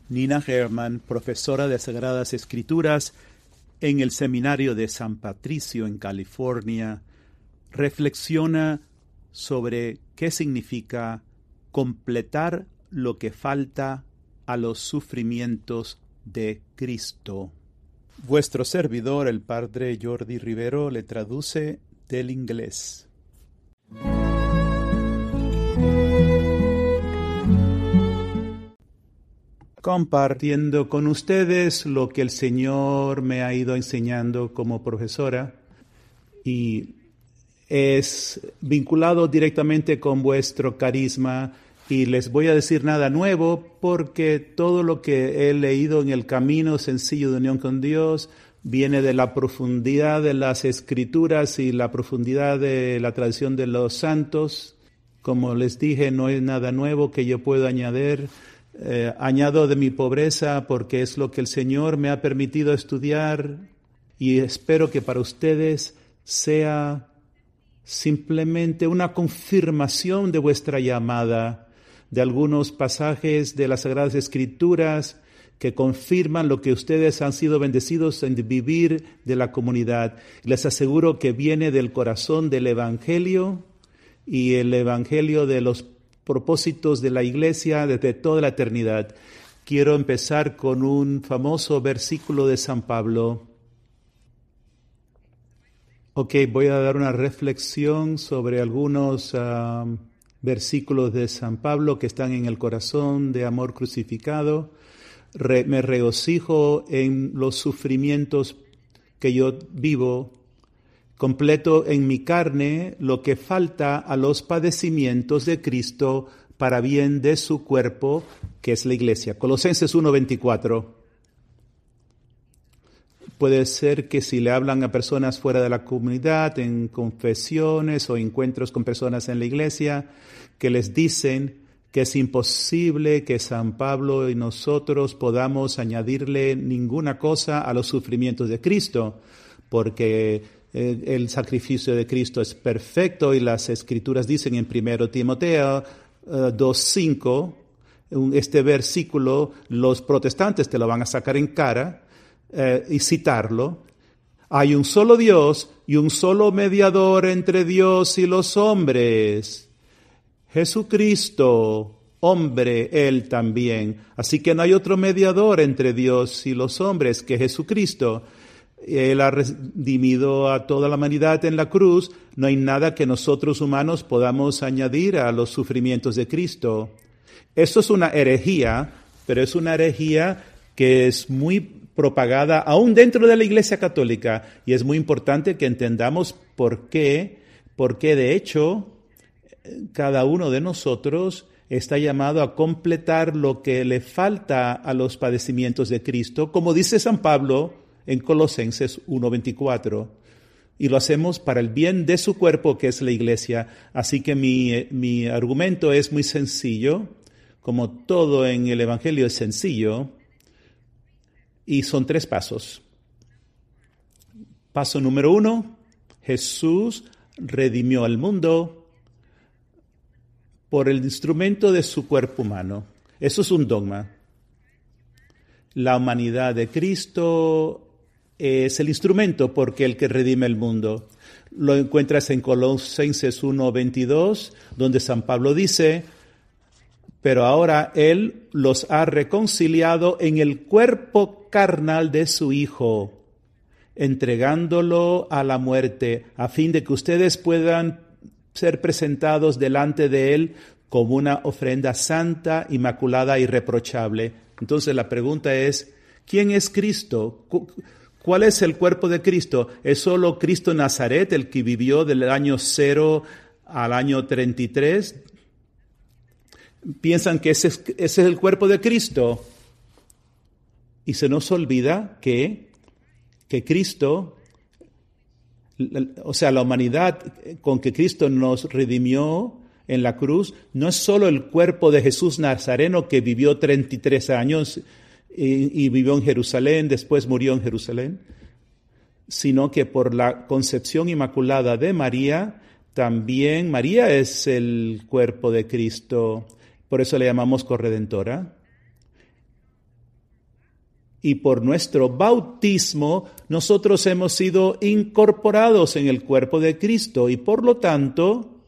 Nina Herman, profesora de Sagradas Escrituras en el Seminario de San Patricio en California, reflexiona sobre qué significa completar lo que falta a los sufrimientos de Cristo. Vuestro servidor, el Padre Jordi Rivero, le traduce del inglés. Compartiendo con ustedes lo que el Señor me ha ido enseñando como profesora y es vinculado directamente con vuestro carisma y les voy a decir nada nuevo porque todo lo que he leído en el camino sencillo de unión con Dios viene de la profundidad de las Escrituras y la profundidad de la tradición de los santos. Como les dije, no es nada nuevo que yo pueda añadir. Añado de mi pobreza porque es lo que el Señor me ha permitido estudiar y espero que para ustedes sea simplemente una confirmación de vuestra llamada, de algunos pasajes de las Sagradas Escrituras que confirman lo que ustedes han sido bendecidos en vivir de la comunidad. Les aseguro que viene del corazón del Evangelio y el Evangelio de los propósitos de la Iglesia desde toda la eternidad. Quiero empezar con un famoso versículo de San Pablo. Voy a dar una reflexión sobre algunos versículos de San Pablo que están en el corazón de amor crucificado. Me regocijo en los sufrimientos que yo vivo, completo en mi carne lo que falta a los padecimientos de Cristo para bien de su cuerpo, que es la Iglesia. Colosenses 1:24. Puede ser que si le hablan a personas fuera de la comunidad, en confesiones o encuentros con personas en la Iglesia, que les dicen que es imposible que San Pablo y nosotros podamos añadirle ninguna cosa a los sufrimientos de Cristo, porque el sacrificio de Cristo es perfecto y las Escrituras dicen en 1 Timoteo 2:5, este versículo, los protestantes te lo van a sacar en cara y citarlo. Hay un solo Dios y un solo mediador entre Dios y los hombres, Jesucristo, hombre Él también. Así que no hay otro mediador entre Dios y los hombres que Jesucristo. Él ha redimido a toda la humanidad en la cruz. No hay nada que nosotros humanos podamos añadir a los sufrimientos de Cristo. Eso es una herejía, pero es una herejía que es muy propagada aún dentro de la Iglesia Católica. Y es muy importante que entendamos por qué de hecho cada uno de nosotros está llamado a completar lo que le falta a los padecimientos de Cristo, como dice San Pablo en Colosenses 1:24, y lo hacemos para el bien de su cuerpo, que es la Iglesia. Así que mi argumento es muy sencillo, como todo en el Evangelio es sencillo, y son 3 pasos. Paso número 1, Jesús redimió al mundo por el instrumento de su cuerpo humano. Eso es un dogma. La humanidad de Cristo es el instrumento porque el que redime el mundo. Lo encuentras en Colosenses 1:22, donde San Pablo dice, pero ahora Él los ha reconciliado en el cuerpo carnal de su Hijo, entregándolo a la muerte, a fin de que ustedes puedan ser presentados delante de Él como una ofrenda santa, inmaculada, irreprochable. Entonces la pregunta es, ¿quién es Cristo? ¿Cuál es el cuerpo de Cristo? ¿Es solo Cristo Nazaret, el que vivió del año 0 al año 33? Piensan que ese es el cuerpo de Cristo. Y se nos olvida que Cristo, o sea, la humanidad con que Cristo nos redimió en la cruz, no es solo el cuerpo de Jesús Nazareno que vivió 33 años y vivió en Jerusalén, después murió en Jerusalén, sino que por la concepción inmaculada de María, también María es el cuerpo de Cristo. Por eso le llamamos corredentora. Y por nuestro bautismo, nosotros hemos sido incorporados en el cuerpo de Cristo y por lo tanto,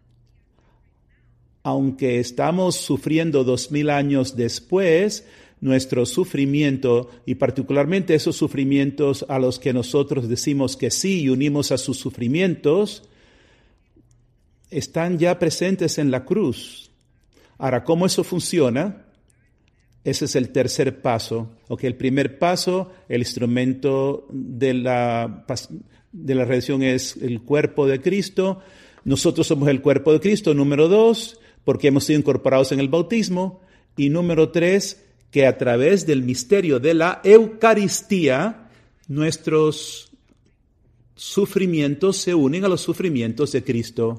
aunque estamos sufriendo 2000 años después, nuestro sufrimiento, y particularmente esos sufrimientos a los que nosotros decimos que sí y unimos a sus sufrimientos, están ya presentes en la cruz. Ahora, ¿cómo eso funciona? Ese es el tercer paso. Okay, el primer paso, el instrumento de la redención es el cuerpo de Cristo. Nosotros somos el cuerpo de Cristo. Número 2, porque hemos sido incorporados en el bautismo. Y número 3, que a través del misterio de la Eucaristía, nuestros sufrimientos se unen a los sufrimientos de Cristo.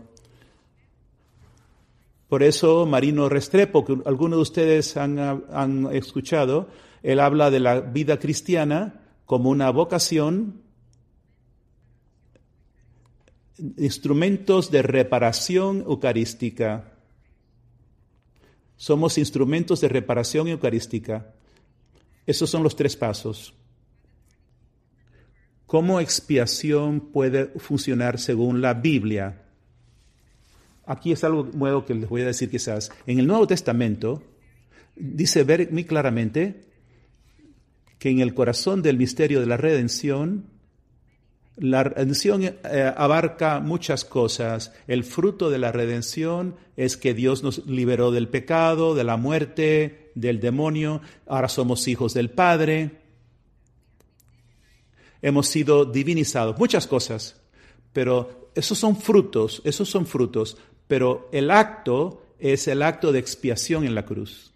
Por eso Marino Restrepo, que algunos de ustedes han escuchado, él habla de la vida cristiana como una vocación, instrumentos de reparación eucarística. Somos instrumentos de reparación eucarística. Esos son los 3 pasos. ¿Cómo expiación puede funcionar según la Biblia? Aquí es algo nuevo que les voy a decir quizás. En el Nuevo Testamento dice ver muy claramente que en el corazón del misterio de la redención abarca muchas cosas. El fruto de la redención es que Dios nos liberó del pecado, de la muerte, del demonio. Ahora somos hijos del Padre. Hemos sido divinizados, muchas cosas. Pero esos son frutos. Pero el acto es el acto de expiación en la cruz.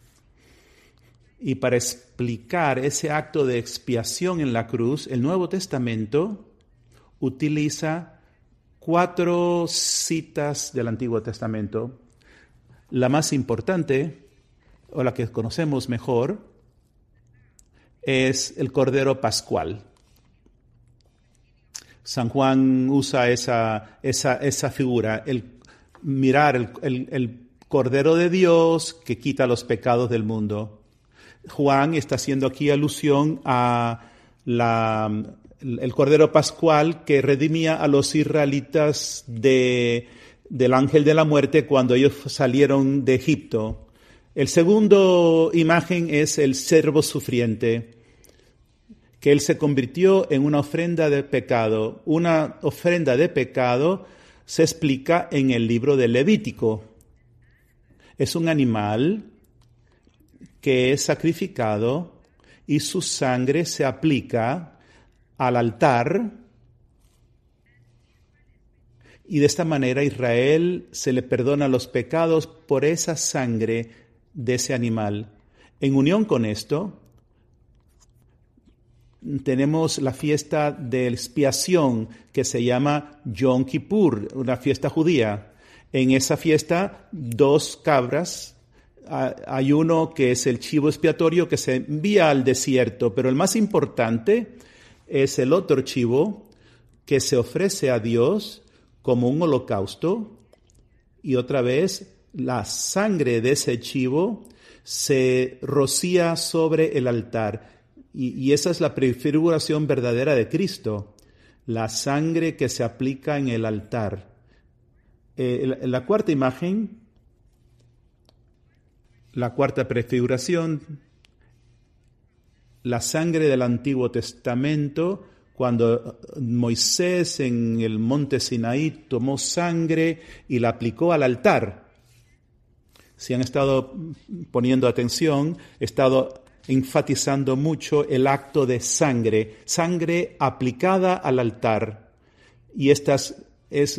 Y para explicar ese acto de expiación en la cruz, el Nuevo Testamento utiliza 4 citas del Antiguo Testamento. La más importante, o la que conocemos mejor, es el Cordero Pascual. San Juan usa esa figura, el mirar el Cordero de Dios que quita los pecados del mundo. Juan está haciendo aquí alusión a el Cordero Pascual que redimía a los israelitas del ángel de la muerte cuando ellos salieron de Egipto. El segundo imagen es el Siervo sufriente, que él se convirtió en una ofrenda de pecado. Una ofrenda de pecado se explica en el libro de Levítico. Es un animal que es sacrificado y su sangre se aplica al altar y de esta manera Israel se le perdona los pecados por esa sangre de ese animal. En unión con esto, tenemos la fiesta de expiación que se llama Yom Kippur, una fiesta judía. En esa fiesta, 2 cabras. Hay uno que es el chivo expiatorio que se envía al desierto, pero el más importante es el otro chivo que se ofrece a Dios como un holocausto. Y otra vez, la sangre de ese chivo se rocía sobre el altar. Y esa es la prefiguración verdadera de Cristo, la sangre que se aplica en el altar. La cuarta imagen, la cuarta prefiguración, la sangre del Antiguo Testamento, cuando Moisés en el monte Sinaí tomó sangre y la aplicó al altar. Si han estado poniendo atención, he estado enfatizando mucho el acto de sangre aplicada al altar. Y estas es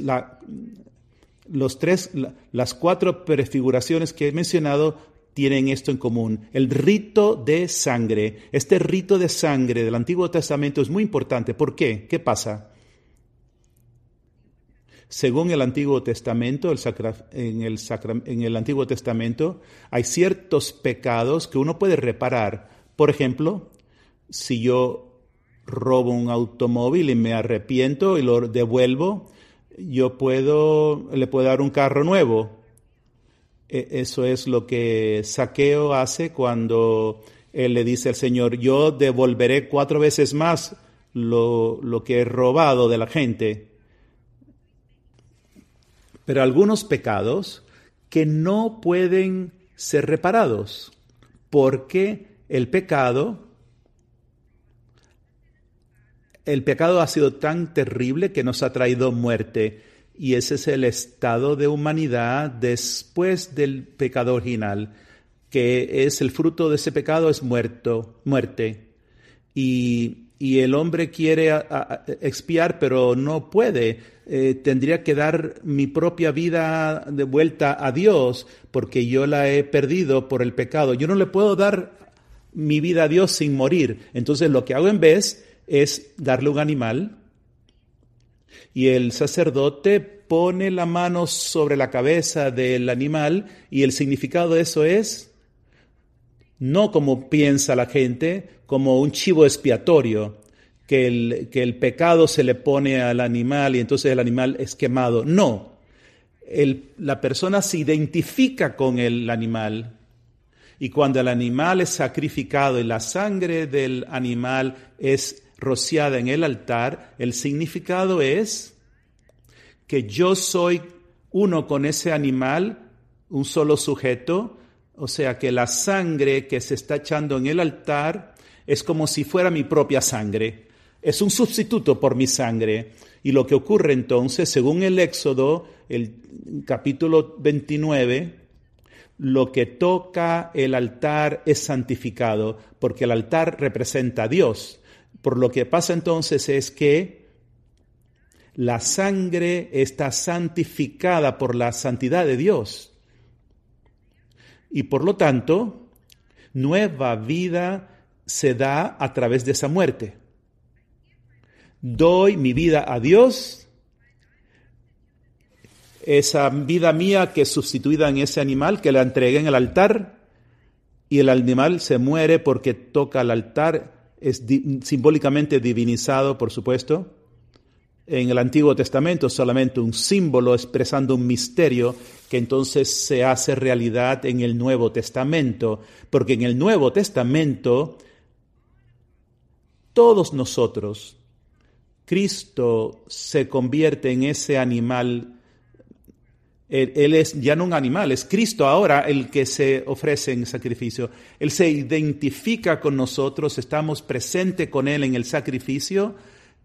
las 4 prefiguraciones que he mencionado tienen esto en común. El rito de sangre. Este rito de sangre del Antiguo Testamento es muy importante. ¿Por qué? ¿Qué pasa? Según el Antiguo Testamento, en el Antiguo Testamento hay ciertos pecados que uno puede reparar. Por ejemplo, si yo robo un automóvil y me arrepiento y lo devuelvo, le puedo dar un carro nuevo. Eso es lo que Zaqueo hace cuando él le dice al Señor, yo devolveré 4 veces más lo que he robado de la gente. Pero algunos pecados que no pueden ser reparados, porque el pecado ha sido tan terrible que nos ha traído muerte, y ese es el estado de humanidad después del pecado original, que es el fruto de ese pecado, es muerte. Y el hombre quiere expiar, pero no puede. Tendría que dar mi propia vida de vuelta a Dios, porque yo la he perdido por el pecado. Yo no le puedo dar mi vida a Dios sin morir. Entonces lo que hago en vez es darle un animal, y el sacerdote pone la mano sobre la cabeza del animal, y el significado de eso es, no como piensa la gente, como un chivo expiatorio, que el pecado se le pone al animal y entonces el animal es quemado. No, la persona se identifica con el animal, y cuando el animal es sacrificado y la sangre del animal es rociada en el altar, el significado es que yo soy uno con ese animal, un solo sujeto. O sea que la sangre que se está echando en el altar es como si fuera mi propia sangre. Es un sustituto por mi sangre. Y lo que ocurre entonces, según el Éxodo, el capítulo 29, lo que toca el altar es santificado, porque el altar representa a Dios. Por lo que pasa entonces es que la sangre está santificada por la santidad de Dios. Y por lo tanto, nueva vida se da a través de esa muerte. Doy mi vida a Dios, esa vida mía que es sustituida en ese animal, que la entregué en el altar, y el animal se muere porque toca el altar, es simbólicamente divinizado, por supuesto. En el Antiguo Testamento solamente un símbolo expresando un misterio que entonces se hace realidad en el Nuevo Testamento, porque en el Nuevo Testamento todos nosotros, Cristo se convierte en ese animal. Él es ya no un animal, es Cristo ahora el que se ofrece en sacrificio. Él se identifica con nosotros, estamos presentes con Él en el sacrificio,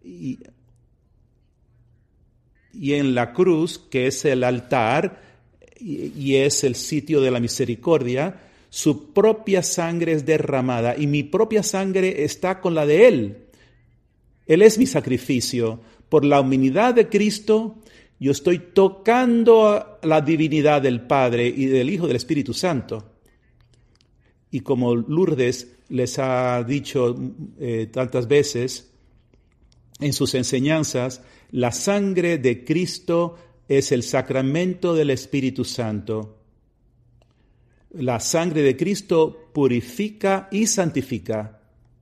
y en la cruz, que es el altar y es el sitio de la misericordia, su propia sangre es derramada y mi propia sangre está con la de Él. Él es mi sacrificio. Por la humanidad de Cristo, yo estoy tocando la divinidad del Padre y del Hijo y del Espíritu Santo. Y como Lourdes les ha dicho tantas veces en sus enseñanzas, la sangre de Cristo es el sacramento del Espíritu Santo. La sangre de Cristo purifica y santifica.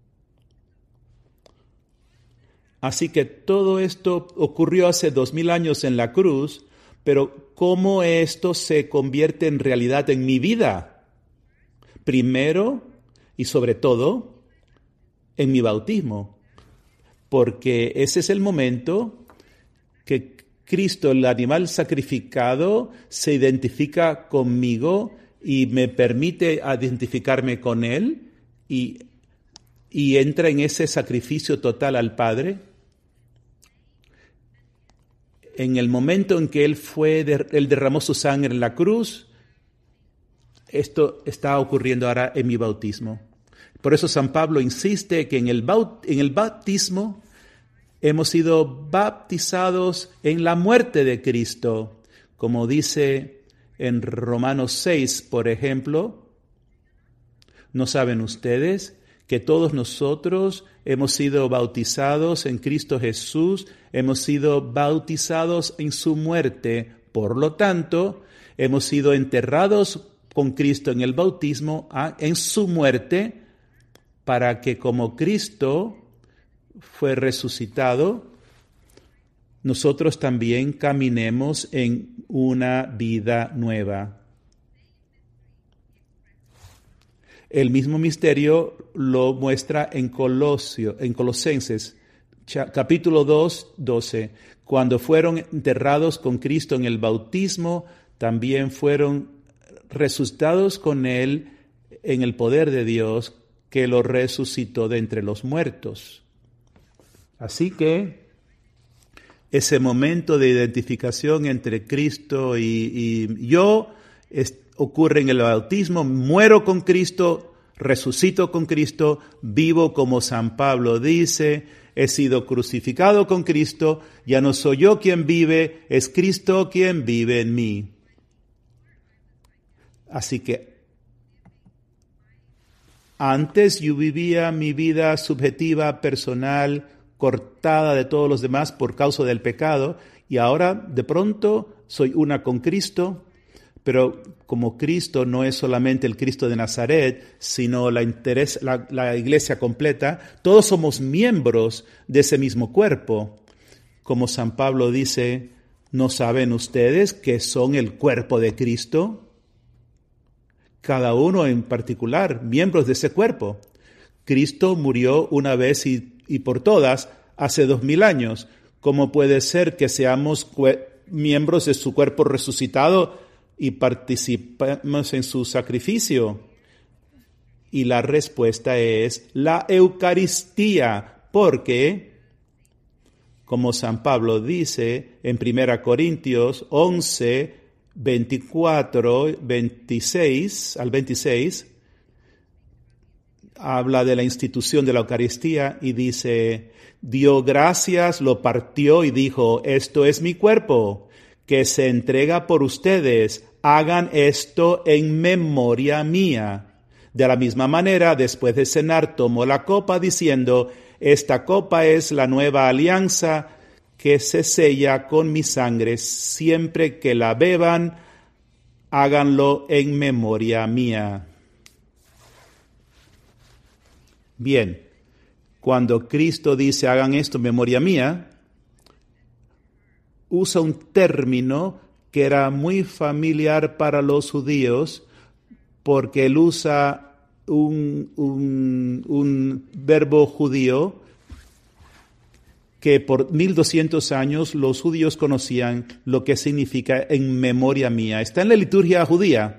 Así que todo esto ocurrió hace 2000 años en la cruz, pero ¿cómo esto se convierte en realidad en mi vida? Primero y sobre todo en mi bautismo, porque ese es el momento que Cristo, el animal sacrificado, se identifica conmigo y me permite identificarme con Él y entra en ese sacrificio total al Padre. En el momento en que Él derramó su sangre en la cruz, esto está ocurriendo ahora en mi bautismo. Por eso San Pablo insiste que en el bautismo hemos sido bautizados en la muerte de Cristo, como dice en Romanos 6, por ejemplo. ¿No saben ustedes que todos nosotros hemos sido bautizados en Cristo Jesús, hemos sido bautizados en su muerte? Por lo tanto, hemos sido enterrados con Cristo en el bautismo, en su muerte, para que como Cristo fue resucitado, nosotros también caminemos en una vida nueva. El mismo misterio lo muestra en Colosenses, capítulo 2, 12. Cuando fueron enterrados con Cristo en el bautismo, también fueron resucitados con Él en el poder de Dios, que lo resucitó de entre los muertos. Así que ese momento de identificación entre Cristo y yo ocurre en el bautismo. Muero con Cristo, resucito con Cristo, vivo como San Pablo dice, he sido crucificado con Cristo, ya no soy yo quien vive, es Cristo quien vive en mí. Así que antes yo vivía mi vida subjetiva, personal, cortada de todos los demás por causa del pecado, y ahora de pronto soy una con Cristo, pero como Cristo no es solamente el Cristo de Nazaret, sino la iglesia completa, todos somos miembros de ese mismo cuerpo. Como San Pablo dice, ¿no saben ustedes que son el cuerpo de Cristo? Cada uno en particular, miembros de ese cuerpo. Cristo murió una vez y por todas hace 2000 años. ¿Cómo puede ser que seamos miembros de su cuerpo resucitado y participemos en su sacrificio? Y la respuesta es la Eucaristía, porque, como San Pablo dice en 1 Corintios 11, 24, 26 al 26, habla de la institución de la Eucaristía y dice, dio gracias, lo partió y dijo, esto es mi cuerpo, que se entrega por ustedes, hagan esto en memoria mía. De la misma manera, después de cenar, tomó la copa diciendo, esta copa es la nueva alianza que se sella con mi sangre. Siempre que la beban, háganlo en memoria mía. Bien, cuando Cristo dice hagan esto en memoria mía, usa un término que era muy familiar para los judíos, porque él usa un verbo judío que por 1200 años los judíos conocían lo que significa en memoria mía. Está en la liturgia judía.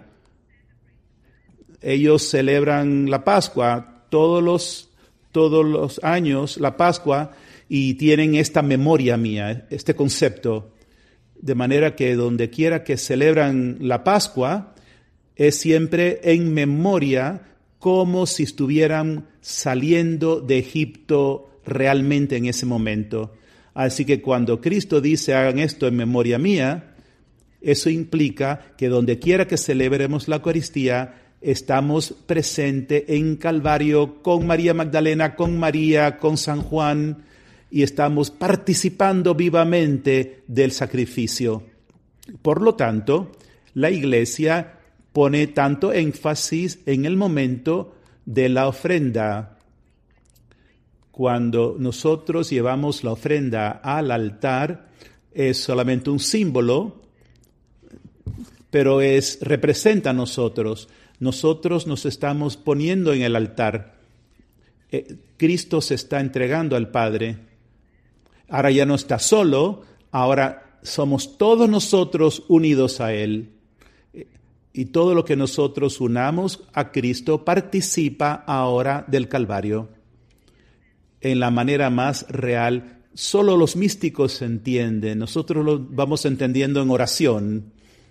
Ellos celebran la Pascua todos los años, la Pascua, y tienen esta memoria mía, este concepto. De manera que donde quiera que celebran la Pascua, es siempre en memoria, como si estuvieran saliendo de Egipto realmente en ese momento. Así que cuando Cristo dice hagan esto en memoria mía, eso implica que donde quiera que celebremos la Eucaristía, estamos presentes en Calvario con María Magdalena, con María, con San Juan, y estamos participando vivamente del sacrificio. Por lo tanto, la Iglesia pone tanto énfasis en el momento de la ofrenda. Cuando nosotros llevamos la ofrenda al altar, es solamente un símbolo, pero representa a nosotros. Nosotros nos estamos poniendo en el altar. Cristo se está entregando al Padre. Ahora ya no está solo, ahora somos todos nosotros unidos a Él. Y todo lo que nosotros unamos a Cristo participa ahora del Calvario. En la manera más real, solo los místicos entienden. Nosotros lo vamos entendiendo en oración.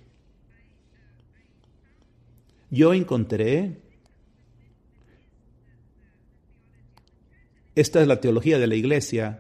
Yo encontré, esta es la teología de la Iglesia,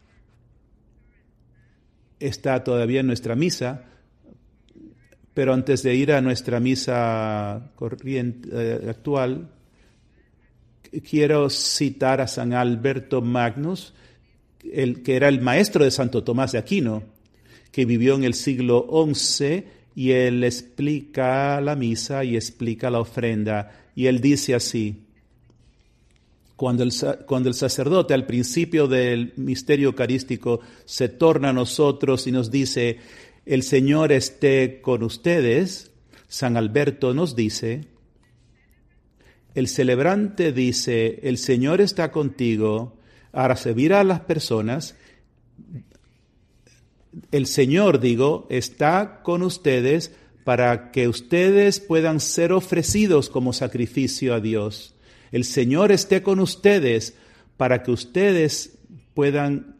está todavía en nuestra misa, pero antes de ir a nuestra misa corriente actual, quiero citar a San Alberto Magnus, que era el maestro de Santo Tomás de Aquino, que vivió en el siglo XI, y él explica la misa y explica la ofrenda. Y él dice así, cuando el sacerdote al principio del misterio eucarístico se torna a nosotros y nos dice, el Señor esté con ustedes, San Alberto nos dice, el celebrante dice, el Señor está contigo. Ahora se vira a las personas. El Señor, está con ustedes para que ustedes puedan ser ofrecidos como sacrificio a Dios. El Señor esté con ustedes para que ustedes puedan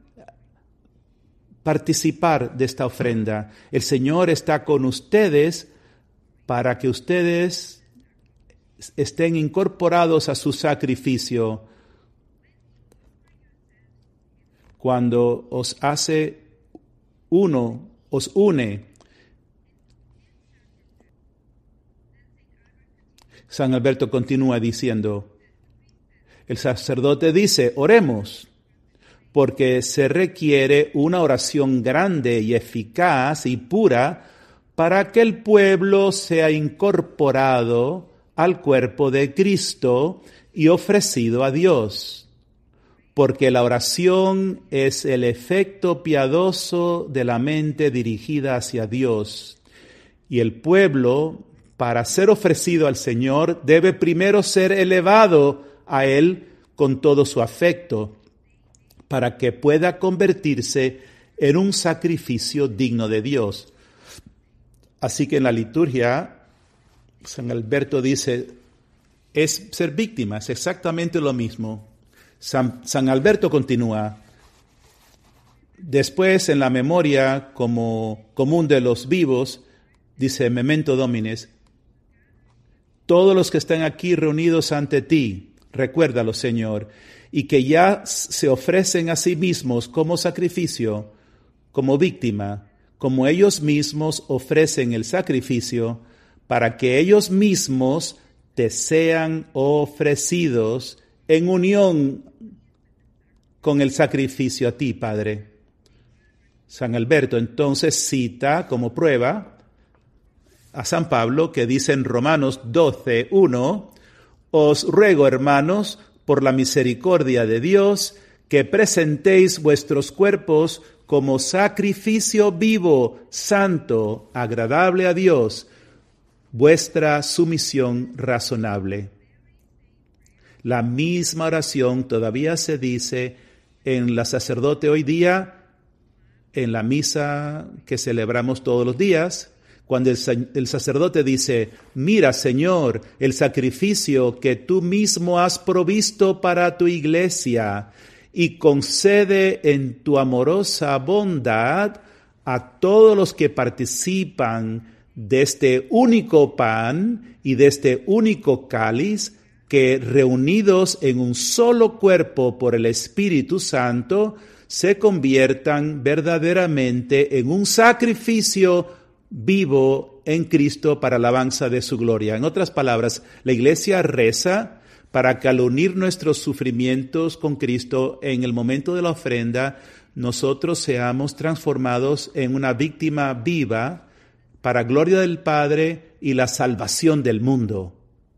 participar de esta ofrenda. El Señor está con ustedes para que ustedes estén incorporados a su sacrificio. Cuando os une. San Alberto continúa diciendo, el sacerdote dice, oremos, porque se requiere una oración grande y eficaz y pura para que el pueblo sea incorporado al cuerpo de Cristo y ofrecido a Dios. Porque la oración es el efecto piadoso de la mente dirigida hacia Dios. Y el pueblo, para ser ofrecido al Señor, debe primero ser elevado a Él con todo su afecto, para que pueda convertirse en un sacrificio digno de Dios. Así que en la liturgia, San Alberto dice, es ser víctima, es exactamente lo mismo. San Alberto continúa, después en la memoria como común de los vivos, dice, memento Domines, todos los que están aquí reunidos ante ti, recuérdalo, Señor, y que ya se ofrecen a sí mismos como sacrificio, como víctima, como ellos mismos ofrecen el sacrificio, para que ellos mismos te sean ofrecidos en unión con el sacrificio a ti, Padre. San Alberto entonces cita como prueba a San Pablo, que dice en Romanos 12:1, os ruego, hermanos, por la misericordia de Dios, que presentéis vuestros cuerpos como sacrificio vivo, santo, agradable a Dios, vuestra sumisión razonable. La misma oración todavía se dice en la sacerdote hoy día, en la misa que celebramos todos los días, cuando el sacerdote dice, mira, Señor, el sacrificio que tú mismo has provisto para tu iglesia, y concede en tu amorosa bondad a todos los que participan de este único pan y de este único cáliz, que reunidos en un solo cuerpo por el Espíritu Santo, se conviertan verdaderamente en un sacrificio vivo en Cristo para alabanza de su gloria. En otras palabras, la Iglesia reza para que al unir nuestros sufrimientos con Cristo en el momento de la ofrenda, nosotros seamos transformados en una víctima viva para gloria del Padre y la salvación del mundo.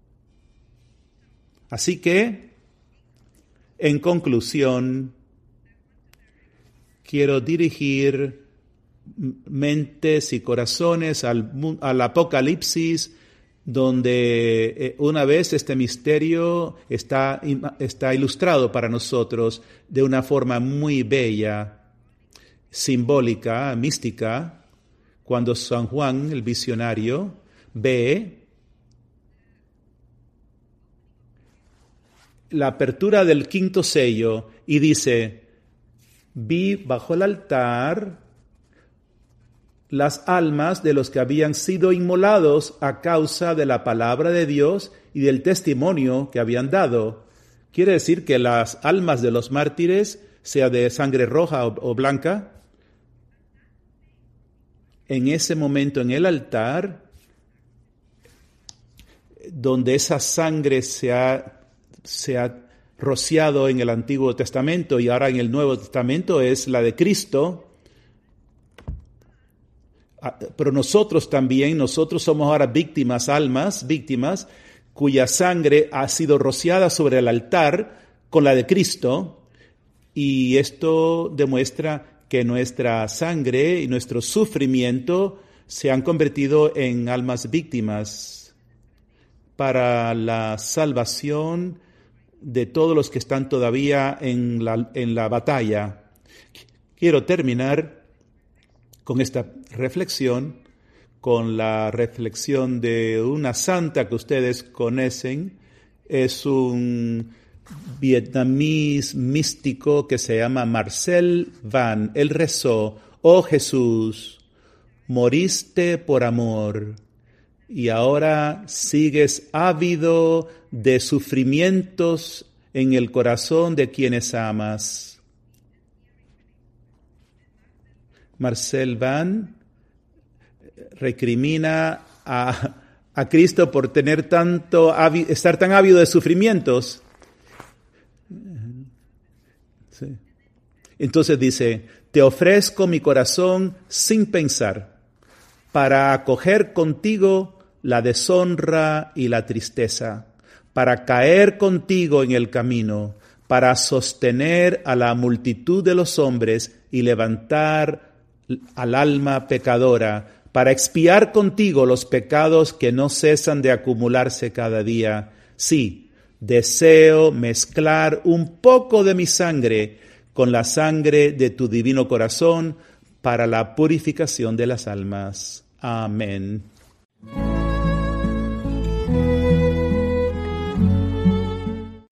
Así que, en conclusión, quiero dirigir mentes y corazones al Apocalipsis, donde una vez este misterio está ilustrado para nosotros de una forma muy bella, simbólica, mística, cuando San Juan, el visionario, ve la apertura del quinto sello y dice, vi bajo el altar las almas de los que habían sido inmolados a causa de la palabra de Dios y del testimonio que habían dado. Quiere decir que las almas de los mártires, sea de sangre roja o blanca, en ese momento en el altar, donde esa sangre se ha rociado en el Antiguo Testamento y ahora en el Nuevo Testamento, es la de Cristo. Pero nosotros somos ahora víctimas cuya sangre ha sido rociada sobre el altar con la de Cristo, y esto demuestra que nuestra sangre y nuestro sufrimiento se han convertido en almas víctimas para la salvación de todos los que están todavía en la batalla. Quiero terminar con esta reflexión, con la reflexión de una santa que ustedes conocen. Es un vietnamís místico que se llama Marcel Van. Él rezó: oh Jesús, moriste por amor y ahora sigues ávido de sufrimientos en el corazón de quienes amas. Marcel Van recrimina a Cristo por tener estar tan ávido de sufrimientos. Sí. Entonces dice: te ofrezco mi corazón sin pensar, para acoger contigo la deshonra y la tristeza, para caer contigo en el camino, para sostener a la multitud de los hombres y levantar al alma pecadora, para expiar contigo los pecados que no cesan de acumularse cada día. Sí, deseo mezclar un poco de mi sangre con la sangre de tu divino corazón para la purificación de las almas. Amén.